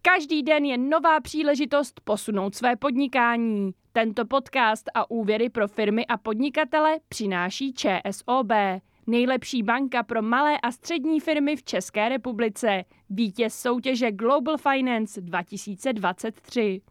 Každý den je nová příležitost posunout své podnikání. Tento podcast a úvěry pro firmy a podnikatele přináší ČSOB. Nejlepší banka pro malé a střední firmy v České republice. Vítěz soutěže Global Finance 2023.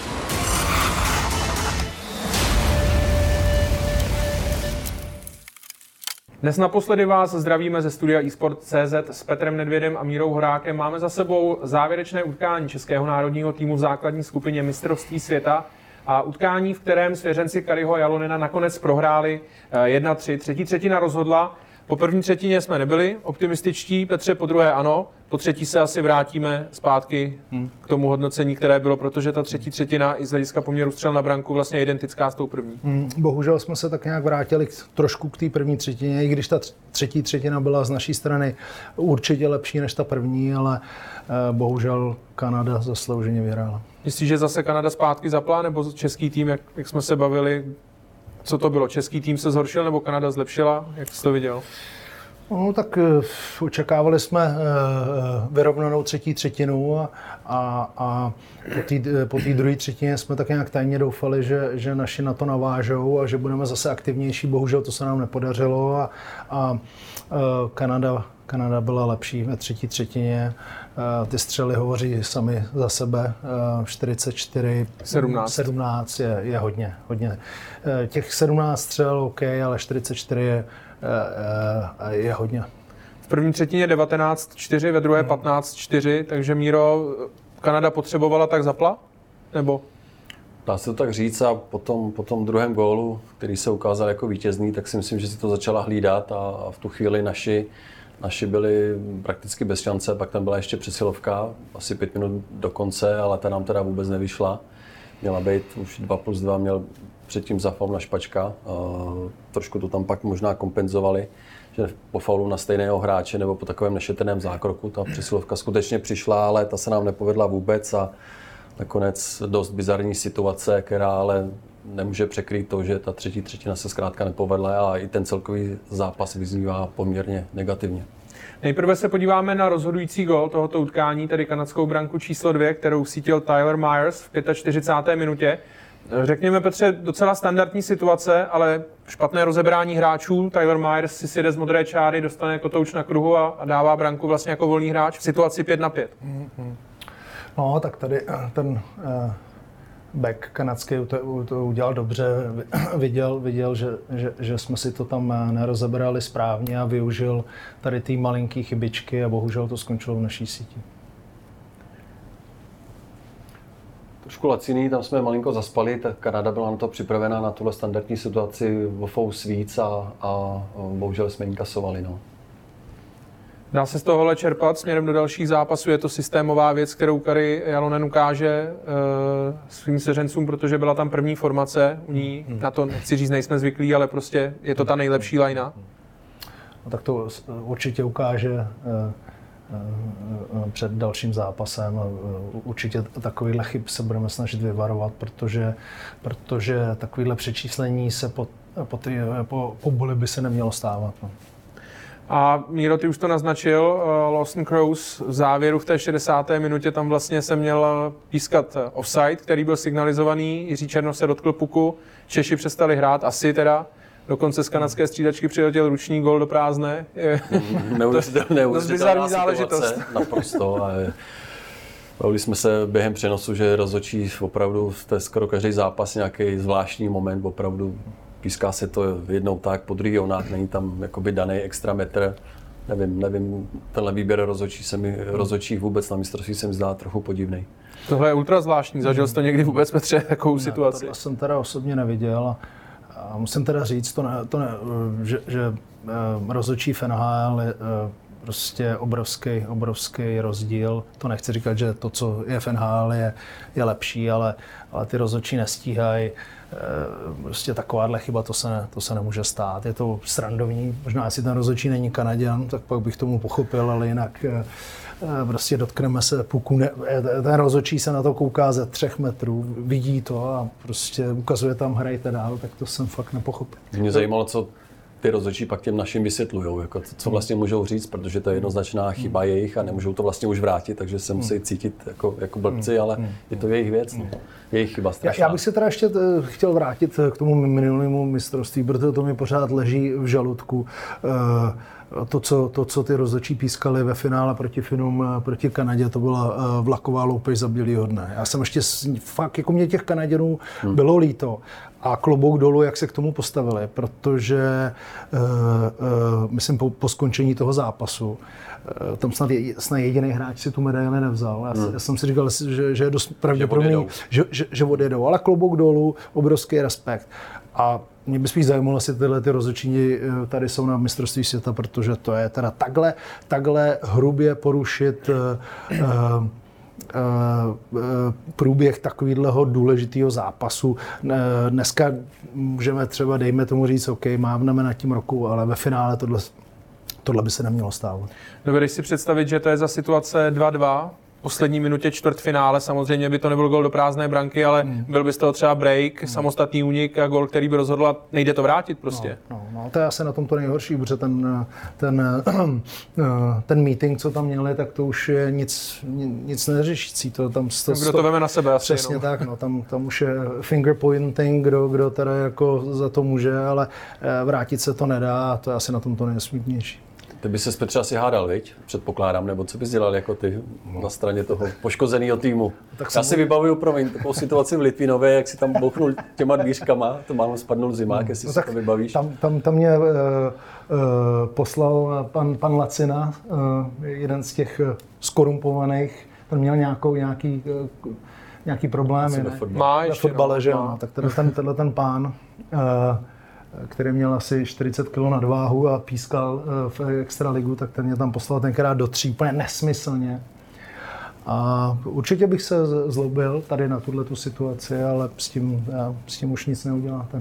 Dnes naposledy vás zdravíme ze studia eSport.cz s Petrem Nedvědem a Mírou Horákem. Máme za sebou závěrečné utkání českého národního týmu v základní skupině mistrovství světa a utkání, v kterém svěřenci Kariho Jalonena nakonec prohráli 1-3. Třetí třetina rozhodla. Po první třetině jsme nebyli optimističtí, Petře, po druhé ano. Po třetí se asi vrátíme zpátky k tomu hodnocení, které bylo, protože ta třetí třetina i z hlediska poměru střel na branku vlastně identická s tou první. Bohužel jsme se tak nějak vrátili trošku k té první třetině, i když ta třetí třetina byla z naší strany určitě lepší než ta první, ale bohužel Kanada zaslouženě vyhrála. Myslíš, že zase Kanada zpátky zapla, nebo český tým, jak jsme se bavili, co to bylo? Český tým se zhoršil, nebo Kanada zlepšila? Jak jsi to viděl? No, tak očekávali jsme vyrovnanou třetí třetinu a po té druhé třetině jsme tak nějak tajně doufali, že naši na to navážou a že budeme zase aktivnější. Bohužel to se nám nepodařilo a Kanada byla lepší ve třetí třetině. Ty střely hovoří sami za sebe. 44-17 je hodně. Těch 17 střel OK, ale 44 je hodně. V první třetině 19-4, ve druhé 15-4, takže Míro, Kanada potřebovala tak zapla? Nebo? Dá se to tak říct a po tom druhém gólu, který se ukázal jako vítězný, tak si myslím, že si to začala hlídat a v tu chvíli naši byli prakticky bez šance, pak tam byla ještě přesilovka, asi 5 minut do konce, ale ta nám teda vůbec nevyšla. Měla být už 2+2, měl předtím za faul na Špačka. Trošku to tam pak možná kompenzovali, že po faulu na stejného hráče nebo po takovém nešetrném zákroku ta přesilovka skutečně přišla, ale ta se nám nepovedla vůbec a nakonec dost bizarní situace, která ale nemůže překrýt to, že ta třetí třetina se zkrátka nepovedla a i ten celkový zápas vyznívá poměrně negativně. Nejprve se podíváme na rozhodující gól tohoto utkání, tedy kanadskou branku číslo 2, kterou sítil Tyler Myers v 45. minutě. Řekněme, Petře, docela standardní situace, ale špatné rozebrání hráčů. Tyler Myers si sjede z modré čáry, dostane kotouč na kruhu a dává branku vlastně jako volný hráč v situaci 5-5. No, tak tady ten back kanadský to udělal dobře. Viděl, že jsme si to tam nerozebrali správně a využil tady ty malinký chybičky a bohužel to skončilo v naší síti. Trošku laciný, tam jsme malinko zaspali, tak Kanada byla na to připravená na tuhle standardní situaci o fous víc a bohužel jsme inkasovali. No. Dá se z tohohle čerpat směrem do dalších zápasů? Je to systémová věc, kterou Kari Jalonen ukáže svým seřencům, protože byla tam první formace u ní. Na to nechci říct, nejsme zvyklí, ale prostě je to ta nejlepší lajna. No, tak to určitě ukáže před dalším zápasem. Určitě takovýhle chyb se budeme snažit vyvarovat, protože takovýhle přečíslení se po boli by se nemělo stávat. No. A Míro, ty už to naznačil, Lawson Crouse v závěru v té 60. minutě tam vlastně se měl pískat offside, který byl signalizovaný, Jiří Černoch se dotkl puku, Češi přestali hrát, asi teda, dokonce z kanadské střídačky přiletěl ruční gól do prázdné. Neuvěřitelná záležitost. Naprosto. Bavili jsme se během přenosu, že rozhodčí opravdu, to je skoro každý zápas nějaký zvláštní moment, opravdu píská se to jednou tak, po druhý onak, není tam jakoby daný extra metr. Nevím, tenhle výběr rozhodčích vůbec na mistrovství se mi zdá trochu podivnej. Tohle je ultra zvláštní, zažil jsi to někdy vůbec, Petře, takovou situaci? Tohle jsem teda osobně neviděl a musím teda říct, že rozhodčí v NHL je prostě obrovský rozdíl. To nechci říkat, že to, co je v NHL, je lepší, ale ty rozhodčí nestíhají. Prostě takováhle chyba, to se nemůže stát. Je to srandovní, možná jestli ten rozhodčí není Kanaďan, tak pak bych tomu pochopil, ale jinak prostě dotkneme se puku. Ten rozhodčí se na to kouká ze 3 metrů, vidí to a prostě ukazuje tam hrajte dál, tak to jsem fakt nepochopil. Mě zajímalo, co ty rozhodčí pak těm našim vysvětlujou, jako co vlastně můžou říct, protože to je jednoznačná chyba jejich a nemůžou to vlastně už vrátit, takže se musí cítit jako blbci, ale je to jejich věc, no. Jejich chyba strašná. Já bych se teda ještě chtěl vrátit k tomu minulému mistrovství, protože to mi pořád leží v žaludku. To, co ty rozhodčí pískali ve finále proti Finům, proti Kanadě, to byla vlaková loupež za bílýho dne. Já jsem ještě fakt, jako mě těch Kanaděnů bylo líto. A klobouk dolů, jak se k tomu postavili, protože myslím po skončení toho zápasu, tam snad jediný hráč si tu medaili nevzal. Já jsem si říkal, že je dost pravděpodobný, že odjedou. Ale klobouk dolů, obrovský respekt. A mě by spíš zajímalo, jestli tyhle ty rozhodčí tady jsou na mistrovství světa, protože to je teda takhle hrubě porušit průběh takového důležitého zápasu. Dneska můžeme třeba, dejme tomu říct, OK, mávneme nad tím roku, ale ve finále tohle by se nemělo stávat. Dovedeš si představit, že to je za situace 2-2, poslední minutě čtvrtfinále, samozřejmě by to nebyl gol do prázdné branky, ale byl by z toho třeba break, samostatný únik a gol, který by rozhodl a nejde to vrátit prostě. No, to je asi na tom to nejhorší, protože ten meeting, co tam měli, tak to už je nic neřešící. Kdo to veme na sebe asi. Přesně tak, no, tam už je finger pointing, kdo teda jako za to může, ale vrátit se to nedá a to je asi na tom to nejsmutnější. Ty by se s Petře asi hádal, viď? Předpokládám, nebo co bys dělal jako ty na straně toho poškozeného týmu? Já si vybavuju, takovou situaci v Litvínově, jak si tam bouchnul těma dvířkama, to málo spadnul zimák, jestli si to vybavíš. Tam mě poslal pan Lacina, jeden z těch skorumpovaných, ten měl nějaký problémy ve fotbale, že jo? Tak tenhle ten pán, který měl asi 40 kg nadváhu a pískal v extraligu, tak ten mě tam poslal tenkrát do 3 úplně nesmyslně. A určitě bych se zlobil tady na tuhletu situaci, ale s tím už nic neuděláte.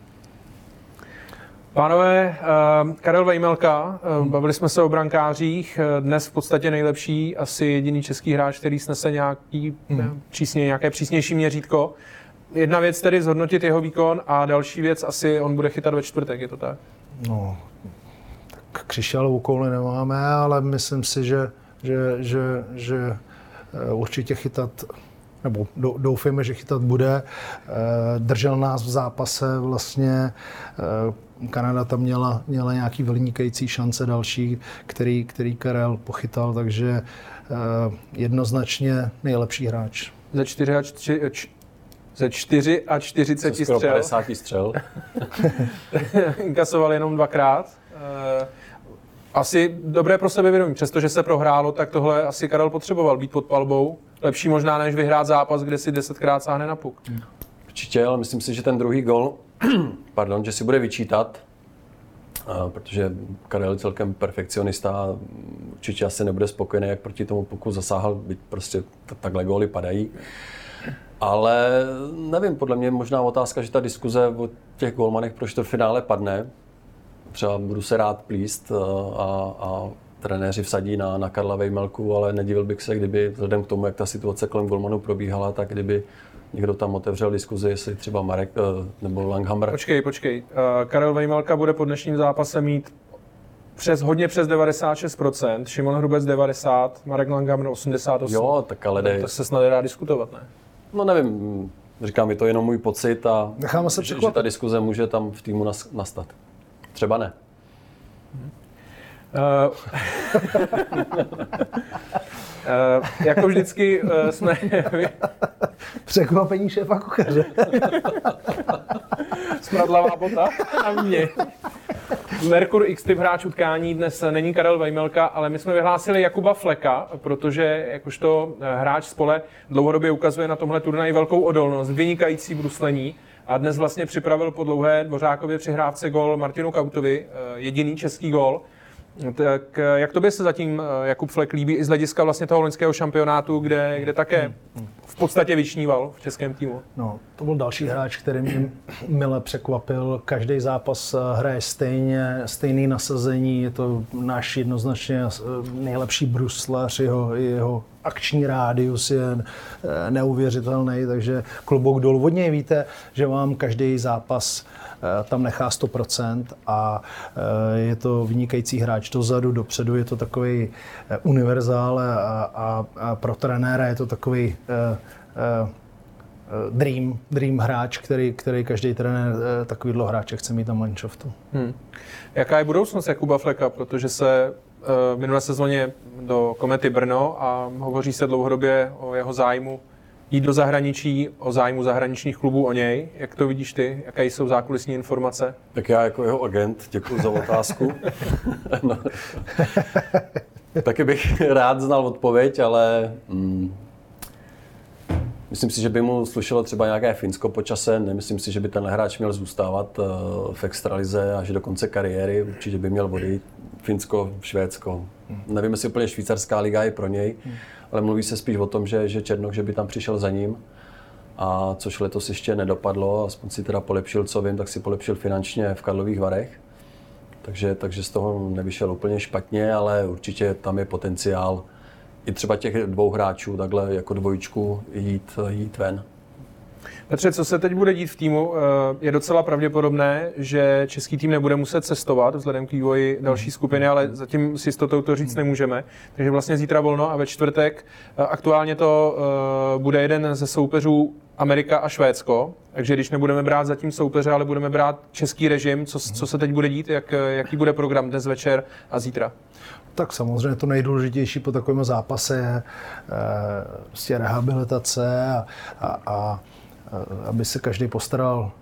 Pánové, Karel Vejmelka, bavili jsme se o brankářích, dnes v podstatě nejlepší, asi jediný český hráč, který snese nějaké přísnější měřítko. Jedna věc tedy zhodnotit jeho výkon a další věc asi on bude chytat ve čtvrtek, je to tak? No, tak křišťálovou kouli nemáme, ale myslím si, že určitě chytat, nebo doufejme, že chytat bude. Držel nás v zápase vlastně, Kanada tam měla nějaký vynikající šance další, který Karel pochytal, takže jednoznačně nejlepší hráč. Ze 44 střel. 50 střel. Inkasoval jenom 2krát. Asi dobré pro sebevědomí. Přestože se prohrálo, tak tohle asi Karel potřeboval být pod palbou. Lepší možná, než vyhrát zápas, kde si 10krát sáhne na puk. Určitě, ale myslím si, že ten druhý gol, že si bude vyčítat, protože Karel je celkem perfekcionista, určitě asi nebude spokojený, jak proti tomu puku zasáhl, byť prostě takhle góly padají. Ale nevím, podle mě je možná otázka, že ta diskuze o těch golmanech pro čtvrtfinále padne. Třeba budu se rád plíst a trenéři vsadí na Karla Vejmelku, ale nedivil bych se, kdyby vzhledem k tomu, jak ta situace kolem golmanů probíhala, tak kdyby někdo tam otevřel diskuzi, jestli třeba Marek nebo Langhammer. Počkej. Karel Vejmelka bude po dnešním zápase mít hodně přes 96%, Šimon Hrubec 90%, Marek Langhammer 88%. Jo, tak ale to se snad dá diskutovat, ne? No nevím, říkám, je to jenom můj pocit a že ta diskuze může tam v týmu nastat. Třeba ne. Jako vždycky jsme... Překvapení šéfa kuchaře. Smradlavá bota na mě. Merkur X-typ hráč utkání dnes není Karel Vejmelka, ale my jsme vyhlásili Jakuba Fleka, protože jakožto hráč z pole dlouhodobě ukazuje na tomhle turnaji velkou odolnost, vynikající bruslení a dnes vlastně připravil po dlouhé Dvořákově přihrávce gól Martinu Kautovi, jediný český gól. Tak jak tobě se zatím Jakub Flek líbí i z hlediska vlastně toho loňského šampionátu, kde také v podstatě vyčníval v českém týmu? No, to byl další hráč, který mě mile překvapil. Každý zápas hraje stejný nasazení, je to náš jednoznačně nejlepší bruslař, jeho akční rádius je neuvěřitelný, takže klobouk dolů. Od něj víte, že vám každý zápas tam nechá 100% a je to vynikající hráč dozadu, dopředu, je to takový univerzál a pro trenéra je to takový dream hráč, který každý trenér takovýhle hráče chce mít na manšaftu. Jaká je budoucnost Jakuba Fleka, protože se v minulé sezóně do Komety Brno a hovoří se dlouhodobě o jeho zájmu jít do zahraničí, o zájmu zahraničních klubů o něj. Jak to vidíš ty? Jaké jsou zákulisní informace? Tak já jako jeho agent děkuji za otázku. No. Taky bych rád znal odpověď, ale myslím si, že by mu slušelo třeba nějaké Finsko po čase. Nemyslím si, že by ten hráč měl zůstávat v extralize až do konce kariéry. Určitě by měl odejít Finsko, Švédsko. Nevím, jestli úplně švýcarská liga je pro něj, ale mluví se spíš o tom, že Černoch, že by tam přišel za ním. A což letos ještě nedopadlo, aspoň si teda polepšil, co vím, tak si polepšil finančně v Karlových Varech. Takže z toho nevyšel úplně špatně, ale určitě tam je potenciál i třeba těch dvou hráčů takhle jako dvojičku jít ven. Petře, co se teď bude dít v týmu? Je docela pravděpodobné, že český tým nebude muset cestovat vzhledem k vývoji další skupiny, ale zatím s jistotou to říct nemůžeme. Takže vlastně zítra volno a ve čtvrtek aktuálně to bude jeden ze soupeřů Amerika a Švédsko. Takže když nebudeme brát zatím soupeře, ale budeme brát český režim, co se teď bude dít, jaký bude program dnes večer a zítra? Tak samozřejmě to nejdůležitější po takovém zápase je prostě rehabilitace a aby se každý postaral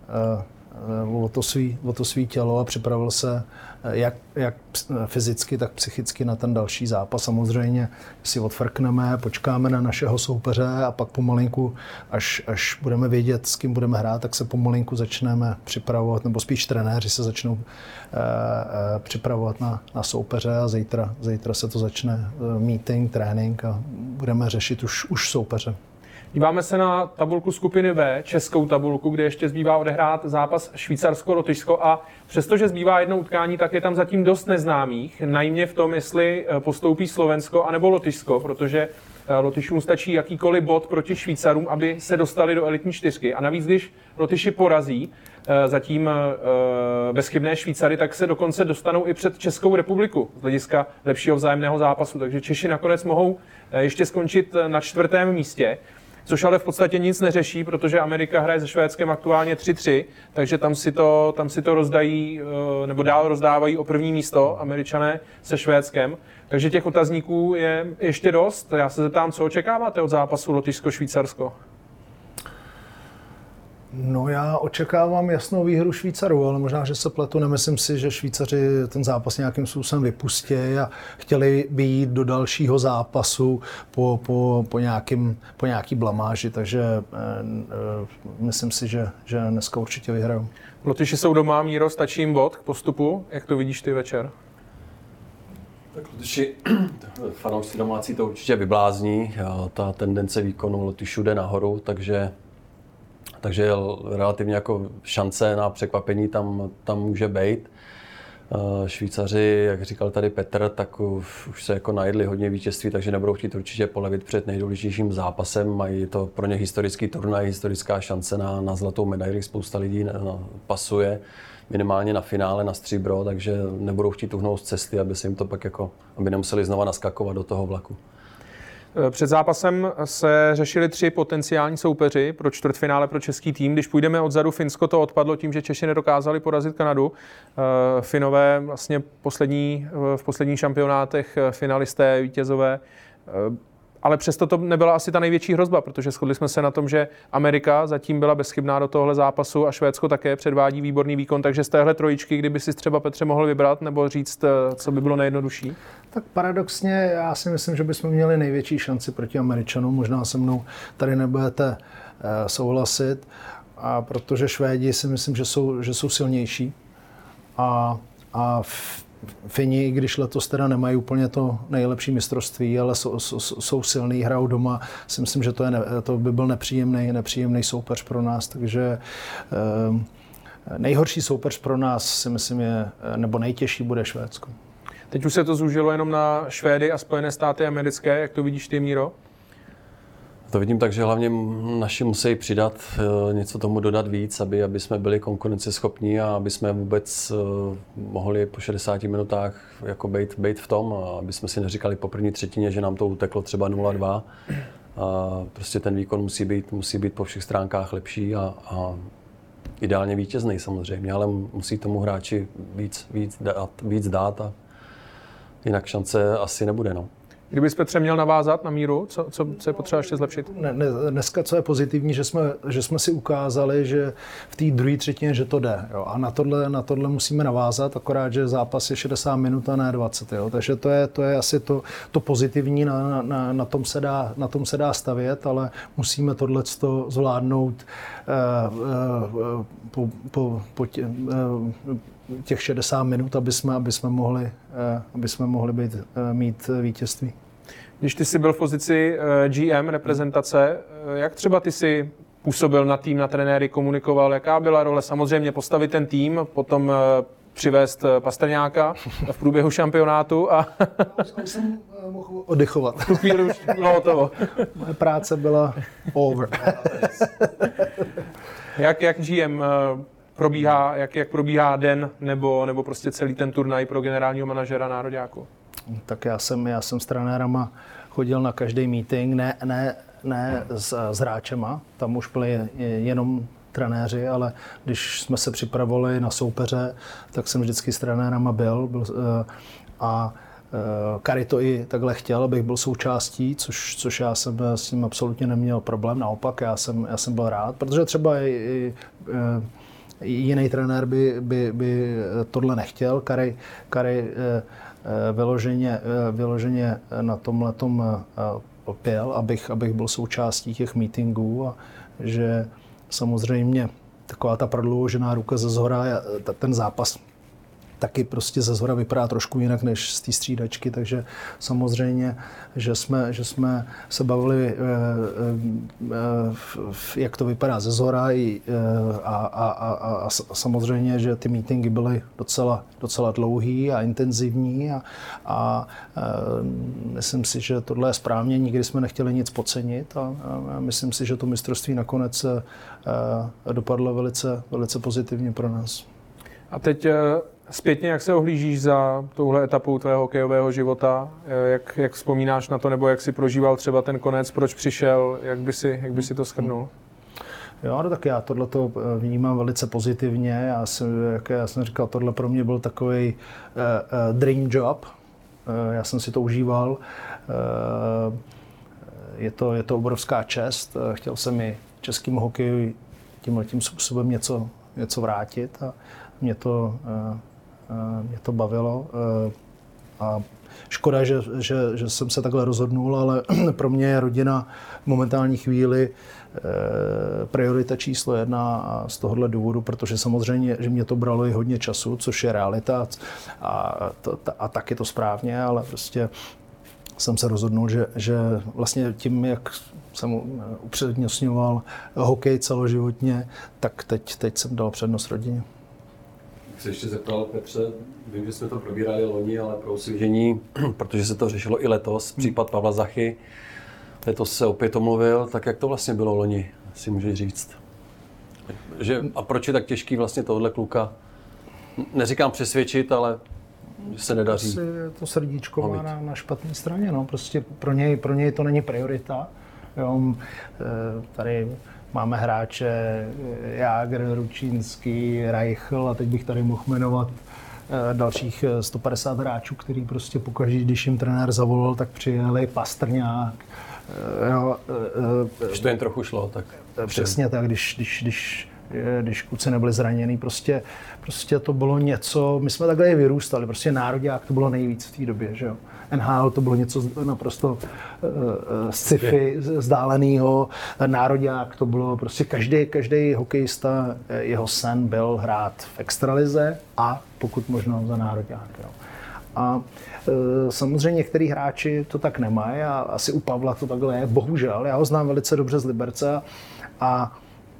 o to svý tělo a připravil se jak fyzicky, tak psychicky na ten další zápas. Samozřejmě si odfrkneme, počkáme na našeho soupeře a pak pomalinku, až budeme vědět, s kým budeme hrát, tak se pomalinku začneme připravovat, nebo spíš trenéři se začnou připravovat na soupeře a zítra se to začne meeting, trénink a budeme řešit už soupeře. Díváme se na tabulku skupiny B, českou tabulku, kde ještě zbývá odehrát zápas Švýcarsko-Lotyšsko a přestože zbývá jedno utkání, tak je tam zatím dost neznámých. Najmě v tom, jestli postoupí Slovensko anebo Lotyšsko, protože Lotyšům stačí jakýkoliv bod proti Švýcarům, aby se dostali do elitní čtyřky. A navíc, když Lotyši porazí zatím bezchybné Švýcary, tak se dokonce dostanou i před Českou republiku z hlediska lepšího vzájemného zápasu. Takže Češi nakonec mohou ještě skončit na 4. místě. Což ale v podstatě nic neřeší, protože Amerika hraje se Švédskem aktuálně 3-3, takže tam si to rozdají, nebo dál rozdávají o první místo Američané se Švédskem. Takže těch otazníků je ještě dost. Já se zeptám, co očekáváte od zápasu Lotyšsko-Švýcarsko? No já očekávám jasnou výhru Švýcarů, ale možná, že se pletu. Nemyslím si, že Švýcaři ten zápas nějakým způsobem vypustí a chtěli by jít do dalšího zápasu po nějaký blamáži, takže myslím si, že dneska určitě vyhrajou. Lotyši jsou doma, Míro, stačí jim bod k postupu. Jak to vidíš ty večer? Tak Lotyši, fanoušci domácí to určitě vyblázní. Ta tendence výkonu Lotyšů jde nahoru, takže relativně jako šance na překvapení tam může být. Švýcaři, jak říkal tady Petr, tak už se jako najedli hodně vítězství, takže nebudou chtít určitě polevit před nejdůležitějším zápasem. Mají to pro ně historický turnaj, historická šance na zlatou medaili. Spousta lidí pasuje minimálně na finále, na stříbro, takže nebudou chtít uhnout z cesty, aby se jim to pak aby nemuseli znova naskakovat do toho vlaku. Před zápasem se řešili 3 potenciální soupeři pro čtvrtfinále pro český tým. Když půjdeme odzadu, Finsko to odpadlo tím, že Češi nedokázali porazit Kanadu. Finové vlastně v posledních šampionátech finalisté, vítězové. Ale přesto to nebyla asi ta největší hrozba, protože shodli jsme se na tom, že Amerika zatím byla bezchybná do tohohle zápasu a Švédsko také předvádí výborný výkon, takže z téhle trojičky, kdyby si třeba Petře mohl vybrat nebo říct, co by bylo nejjednodušší? Tak paradoxně já si myslím, že bychom měli největší šanci proti Američanům, možná se mnou tady nebudete souhlasit, a protože Švédi si myslím, že jsou silnější a Fini, i když letos teda nemají úplně to nejlepší mistrovství, ale jsou silný, hrajou doma, si myslím, že to by byl nepříjemný soupeř pro nás, takže nejhorší soupeř pro nás si myslím nebo nejtěžší bude Švédsko. Teď už se to zúžilo jenom na Švédy a Spojené státy americké, jak to vidíš ty, Míro? To vidím tak, že hlavně naši musí přidat, něco tomu dodat víc, aby jsme byli konkurenceschopní a aby jsme vůbec mohli po 60 minutách jako být v tom, a aby jsme si neříkali po první třetině, že nám to uteklo třeba 0-2. A prostě ten výkon musí být po všech stránkách lepší a ideálně vítězný samozřejmě, ale musí tomu hráči víc dát a jinak šance asi nebude. No. Kdybys, Petře, měl navázat na Míru, co je potřeba ještě zlepšit? Dneska, co je pozitivní, že jsme si ukázali, že v té druhé třetině, že to jde. Jo? A na tohle musíme navázat, akorát, že zápas je 60 minut a ne 20. Jo? Takže to je asi to pozitivní, na tom se dá stavět, ale musíme tohleto zvládnout po těch 60 minut, aby jsme mohli mít vítězství. Když ty jsi byl v pozici GM reprezentace, jak třeba ty jsi působil na tým, na trenéry, komunikoval, jaká byla role? Samozřejmě postavit ten tým, potom přivést Pastrňáka v průběhu šampionátu a... Už jsem mohl oddychovat. V tu chvíli už bylo hotovo. Moje práce byla over. Jak GM probíhá, jak probíhá den nebo prostě celý ten turnaj pro generálního manažera nároďáku? Tak já jsem s trenérama chodil na každý meeting, ne s hráčema, tam už byli jenom trenéři, ale když jsme se připravovali na soupeře, tak jsem vždycky s trenérama byl a Kari to i takhle chtěl, abych byl součástí, což já jsem s tím absolutně neměl problém, naopak já jsem byl rád, protože třeba i jiný trenér by tohle nechtěl, Kari vyloženě na tomhletom opěl, abych byl součástí těch meetingů a že samozřejmě taková ta prodloužená ruka ze zhora, ten zápas taky prostě ze zhora vypadá trošku jinak než z té střídačky, takže samozřejmě, že jsme se bavili, jak to vypadá ze zhora a samozřejmě, že ty meetingy byly docela dlouhý a intenzivní a myslím si, že tohle je správně, nikdy jsme nechtěli nic podcenit a myslím si, že to mistrovství nakonec dopadlo velice pozitivně pro nás. A teď zpětně, jak se ohlížíš za touhle etapou tvého hokejového života? Jak vzpomínáš na to, nebo jak jsi prožíval třeba ten konec, proč přišel, jak by si to shrnul? Jo, no tak já tohleto vnímám velice pozitivně. Jak já jsem říkal, tohle pro mě byl takový dream job. Já jsem si to užíval. Je to obrovská čest. Chtěl jsem i českému hokeji tímhletím způsobem něco vrátit a mě to bavilo. A škoda, že jsem se takhle rozhodnul, ale pro mě je rodina v momentální chvíli priorita číslo 1 a z tohohle důvodu, protože samozřejmě, že mě to bralo i hodně času, což je realita a tak je to správně, ale prostě jsem se rozhodnul, že vlastně tím, jak jsem upřednostňoval hokej celoživotně, tak teď jsem dal přednost rodině. Jak se ještě zeptal, Petře, vím, že jsme to probírali loni, ale pro osvěžení, protože se to řešilo i letos, případ Pavla Zachy, letos se opět omluvil, tak jak to vlastně bylo loni, si můžeš říct? A proč je tak těžký vlastně tohle kluka, neříkám přesvědčit, ale že se nedaří? To srdíčko má na špatné straně, no, prostě pro něj to není priorita. Jo, tady máme hráče Jágr, Ručínský, Reichl a teď bych tady mohl jmenovat dalších 150 hráčů, který prostě pokaždý, když jim trenér zavolal, tak přijeli, Pastrňák. Když to jen trochu šlo, tak... Přesně tak, když kluci nebyli zraněný, prostě to bylo něco, my jsme takhle vyrůstali, prostě nároďák to bylo nejvíc v té době, že jo. NHL to bylo něco naprosto sci-fi vzdálenýho, nároďák to bylo prostě každý hokejista, jeho sen byl hrát v extralize a pokud možno za nároďák. Jo. A samozřejmě některý hráči to tak nemají a asi u Pavla to takhle je, bohužel, já ho znám velice dobře z Liberce a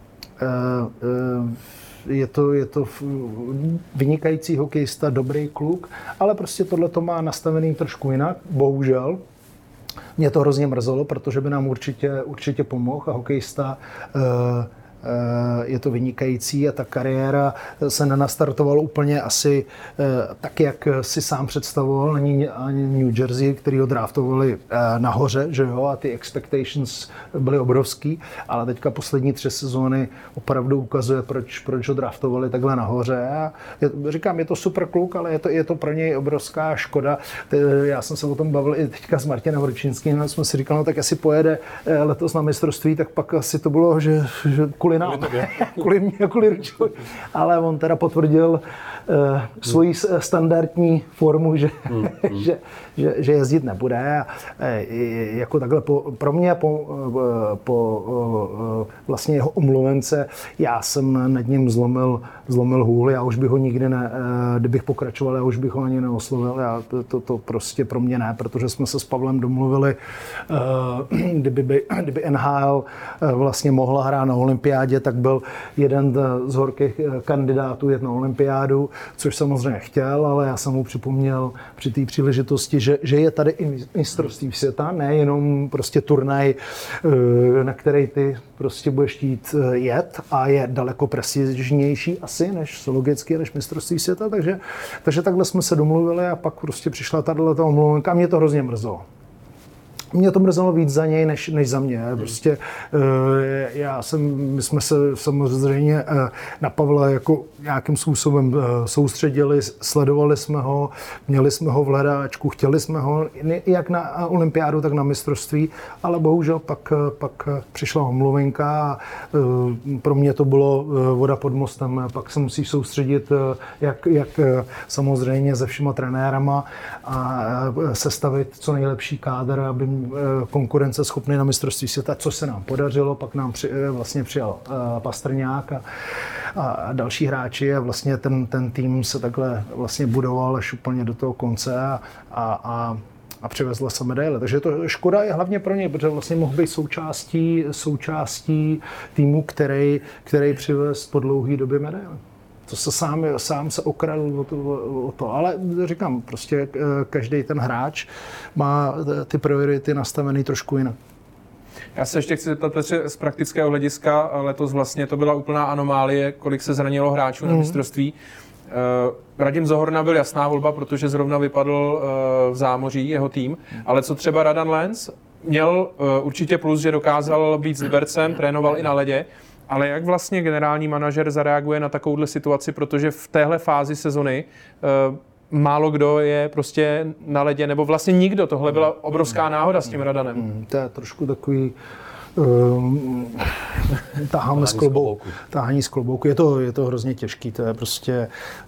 je to vynikající hokejista, dobrý kluk, ale prostě tohle to má nastavený trošku jinak, bohužel. Mě to hrozně mrzelo, protože by nám určitě pomohl a hokejista je to vynikající a ta kariéra se nenastartovala úplně asi tak, jak si sám představoval. Není ani New Jersey, který ho draftovali nahoře, že jo, a ty expectations byly obrovský, ale teďka poslední 3 sezóny opravdu ukazuje, proč ho draftovali takhle nahoře. A říkám, je to super kluk, ale je to pro něj obrovská škoda. Já jsem se o tom bavil i teďka s Martinem Hročínským, jsme si říkali, no tak asi pojede letos na mistrovství, tak pak asi to bylo, že kvůli nám, kvůli mě, kvůli Ručovi. Ale on teda potvrdil svoji standardní formu, že jezdit nebude. Jako takhle pro mě, po vlastně jeho omluvence, já jsem nad ním zlomil hůl, já už bych ho nikdy kdybych pokračoval, já už bych ho ani neoslovil, to prostě pro mě ne, protože jsme se s Pavlem domluvili, kdyby NHL vlastně mohla hrát na olympiádě, tak byl jeden z horkých kandidátů jet na olympiádu, což samozřejmě chtěl, ale já jsem mu připomněl při té příležitosti, že je tady i mistrovství světa, nejenom prostě turnaj, na který ty prostě budeš chtít jet a je daleko prestižnější asi, než logicky, než mistrovství světa, takže takhle jsme se domluvili a pak prostě přišla tato omluvenka a mě to hrozně mrzelo. Mě to mrzelo víc za něj, než za mě. Prostě my jsme se samozřejmě na Pavla jako nějakým způsobem soustředili, sledovali jsme ho, měli jsme ho v hledáčku, chtěli jsme ho jak na olympiádu, tak na mistrovství, ale bohužel pak přišla omluvenka a pro mě to bylo voda pod mostem. Pak se musíš soustředit jak samozřejmě se všema trenérama a sestavit co nejlepší kádr, aby konkurenceschopný na mistrovství světa, co se nám podařilo, pak nám vlastně přijal Pastrňák a další hráči a vlastně ten tým se takhle vlastně budoval až úplně do toho konce a přivezla se medaile. Takže to škoda je hlavně pro něj, protože vlastně mohl být součástí týmu, který přivez po dlouhé době medaile. To se sám se okradl o to, ale říkám, prostě každý ten hráč má ty priority nastavený trošku jinak. Já se ještě chci zeptat, Petře, z praktického hlediska, letos vlastně to byla úplná anomálie, kolik se zranilo hráčů na mistrovství. Radim Zohorna byl jasná volba, protože zrovna vypadl v zámoří jeho tým, ale co třeba Radan Lenz? Měl určitě plus, že dokázal být s Libercem, trénoval i na ledě, ale jak vlastně generální manažer zareaguje na takovouhle situaci, protože v téhle fázi sezony málo kdo je prostě na ledě, nebo vlastně nikdo. Tohle byla obrovská náhoda s tím Radanem. To je trošku takový tahání z klobouku. Je to hrozně těžký. To je prostě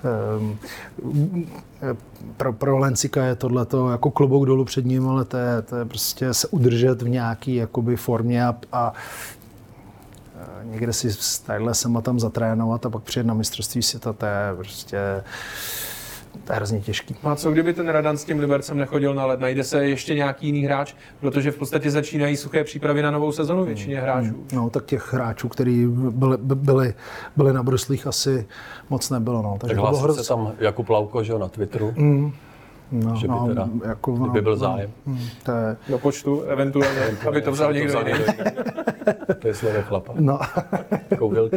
pro Lencika je tohleto jako klobouk dolů před ním, ale to je prostě se udržet v nějaký jakoby formě a někde si takhle sem a tam zatrénovat a pak přijet na mistrovství světa, to je prostě hrozně těžký. A co kdyby ten Radan s tím Libercem nechodil na led? Najde se ještě nějaký jiný hráč? Protože v podstatě začínají suché přípravy na novou sezonu většině hráčů. No, tak těch hráčů, kteří byli na bruslích, asi moc nebylo. No. Tak hlásil se tam Jakub Lauko, že jo, na Twitteru. No, že by teda, kdyby byl zájem. Do počtu, eventuálně, aby to vzal někdo jiný. To je slovo chlapa. No. Koudelka.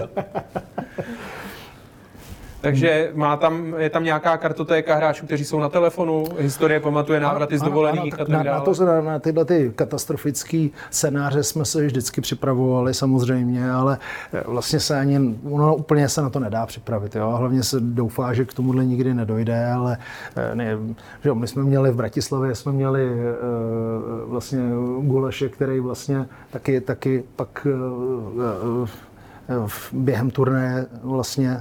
Takže je tam nějaká kartotéka hráčů, kteří jsou na telefonu, historie pamatuje návraty z dovolených a tak dále. Na tyhle ty katastrofické scénáře jsme se vždycky připravovali samozřejmě, ale vlastně úplně se na to nedá připravit. Jo? Hlavně se doufá, že k tomuhle nikdy nedojde, ale že my jsme měli v Bratislavě, vlastně Guleše, který vlastně taky pak během turnaje vlastně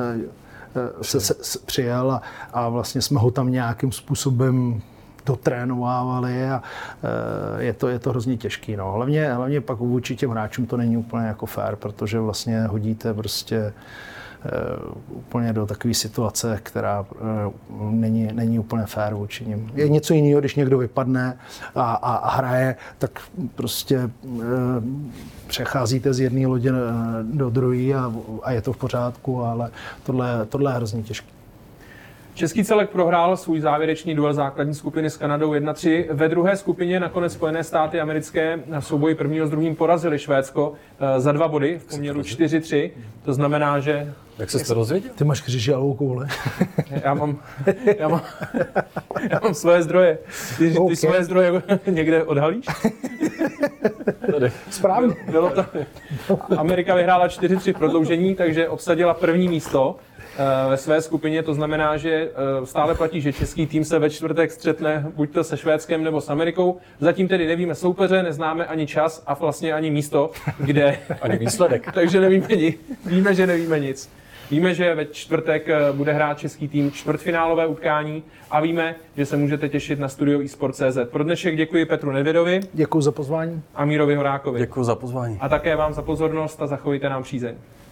se přijel a vlastně jsme ho tam nějakým způsobem dotrénovávali a je to hrozně těžký. No. Hlavně pak vůči těm hráčům to není úplně jako fair, protože vlastně hodíte prostě úplně do takové situace, která není úplně fair vůči nim. Je něco jiného, když někdo vypadne a hraje, tak prostě přecházíte z jedné lodě do druhé a je to v pořádku, ale tohle je hrozně těžké. Český celek prohrál svůj závěrečný duel základní skupiny s Kanadou 1-3. Ve druhé skupině nakonec Spojené státy americké v souboji prvního s druhým porazili Švédsko za 2 body v poměru 4-3. To znamená, že... Jak jsi to dozvěděl? Ty máš křižálovou kouli. Já mám svoje zdroje. Ty Okay. svoje zdroje někde odhalíš? Tady. Správně. Bylo to... Amerika vyhrála 4-3 v prodloužení, takže obsadila první místo ve své skupině. To znamená, že stále platí, že český tým se ve čtvrtek střetne buď to se Švédskem nebo s Amerikou. Zatím tedy nevíme soupeře, neznáme ani čas a vlastně ani místo, kde... Ani výsledek. Takže nevíme nic. Víme, že nevíme nic. Víme, že ve čtvrtek bude hrát český tým čtvrtfinálové utkání a víme, že se můžete těšit na studio eSport.cz. Pro dnešek děkuji Petru Nedvědovi. Děkuji za pozvání. A Mírovi Horákovi. Děkuji za pozvání. A také vám za pozornost a zachovejte nám přízeň.